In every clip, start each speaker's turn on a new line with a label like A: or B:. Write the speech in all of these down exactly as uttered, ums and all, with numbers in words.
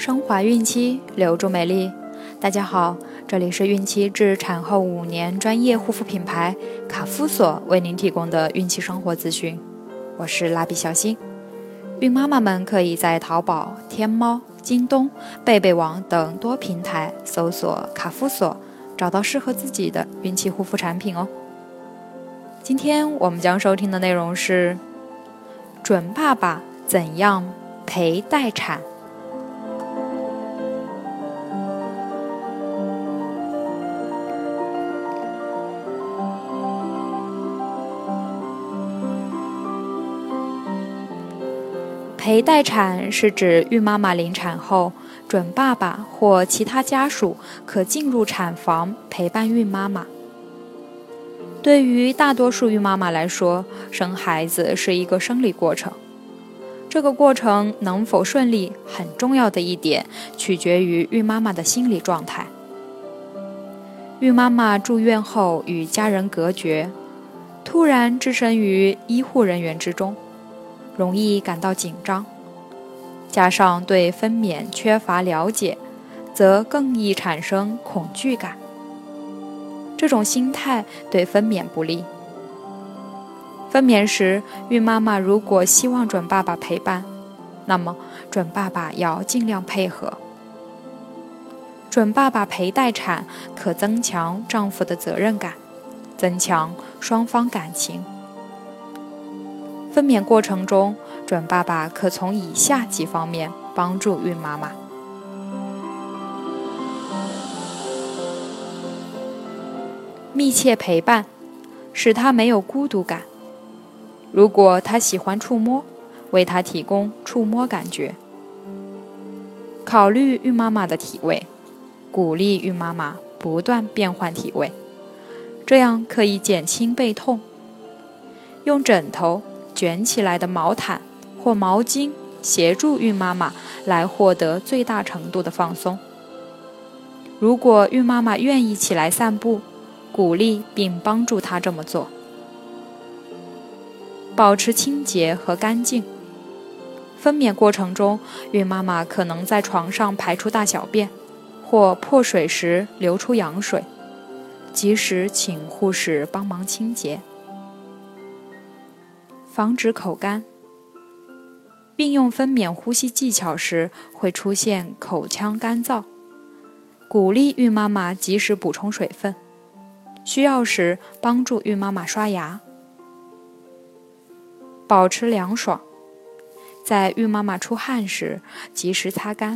A: 升华孕期，留住美丽。大家好，这里是孕期至产后五年专业护肤品牌卡夫索为您提供的孕期生活资讯，我是蜡笔小新。孕妈妈们可以在淘宝、天猫、京东、贝贝网等多平台搜索卡夫索，找到适合自己的孕期护肤产品哦。今天我们将收听的内容是准爸爸怎样陪待产。陪待产是指孕妈妈临产后，准爸爸或其他家属可进入产房陪伴孕妈妈。对于大多数孕妈妈来说，生孩子是一个生理过程，这个过程能否顺利，很重要的一点取决于孕妈妈的心理状态。孕妈妈住院后与家人隔绝，突然置身于医护人员之中，容易感到紧张，加上对分娩缺乏了解，则更易产生恐惧感。这种心态对分娩不利。分娩时，孕妈妈如果希望准爸爸陪伴，那么准爸爸要尽量配合。准爸爸陪待产可增强丈夫的责任感，增强双方感情。分娩过程中，准爸爸可从以下几方面帮助孕妈妈：密切陪伴，使她没有孤独感。如果她喜欢触摸，为她提供触摸感觉。考虑孕妈妈的体位，鼓励孕妈妈不断变换体位，这样可以减轻背痛。用枕头、卷起来的毛毯或毛巾协助孕妈妈来获得最大程度的放松。如果孕妈妈愿意起来散步，鼓励并帮助她这么做。保持清洁和干净。分娩过程中，孕妈妈可能在床上排出大小便，或破水时流出羊水，及时请护士帮忙清洁。防止口干。运用分娩呼吸技巧时会出现口腔干燥，鼓励孕妈妈及时补充水分，需要时帮助孕妈妈刷牙。保持凉爽，在孕妈妈出汗时及时擦干。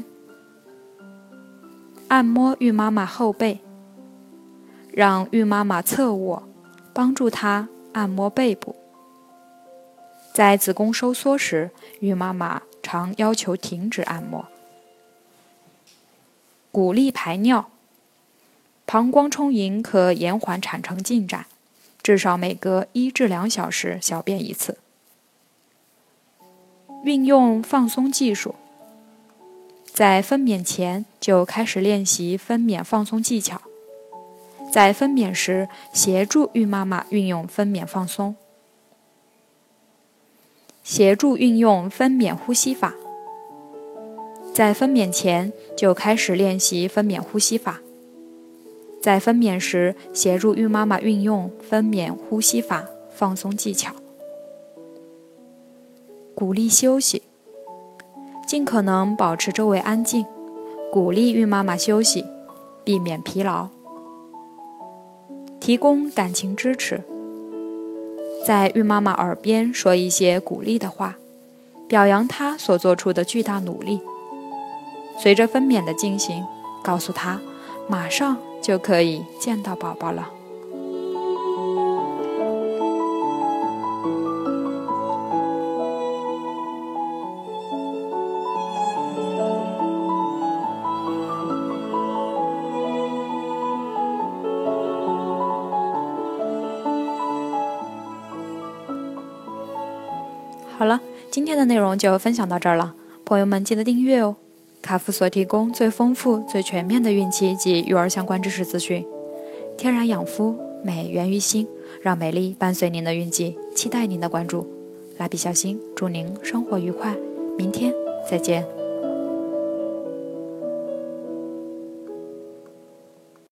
A: 按摩孕妈妈后背，让孕妈妈侧卧，帮助她按摩背部。在子宫收缩时，孕妈妈常要求停止按摩。鼓励排尿。膀胱充盈可延缓产程进展，至少每隔一至两小时小便一次。运用放松技术。在分娩前就开始练习分娩放松技巧，在分娩时协助孕妈妈运用分娩放松。协助运用分娩呼吸法。在分娩前就开始练习分娩呼吸法，在分娩时协助孕妈妈运用分娩呼吸法放松技巧。鼓励休息。尽可能保持周围安静，鼓励孕妈妈休息，避免疲劳。提供感情支持。在孕妈妈耳边说一些鼓励的话，表扬她所做出的巨大努力。随着分娩的进行，告诉她马上就可以见到宝宝了。好了，今天的内容就分享到这儿了，朋友们记得订阅哦。卡夫所提供最丰富、最全面的孕期及育儿相关知识资讯，天然养肤，美源于心，让美丽伴随您的孕期，期待您的关注。蜡笔小新，祝您生活愉快，明天再见。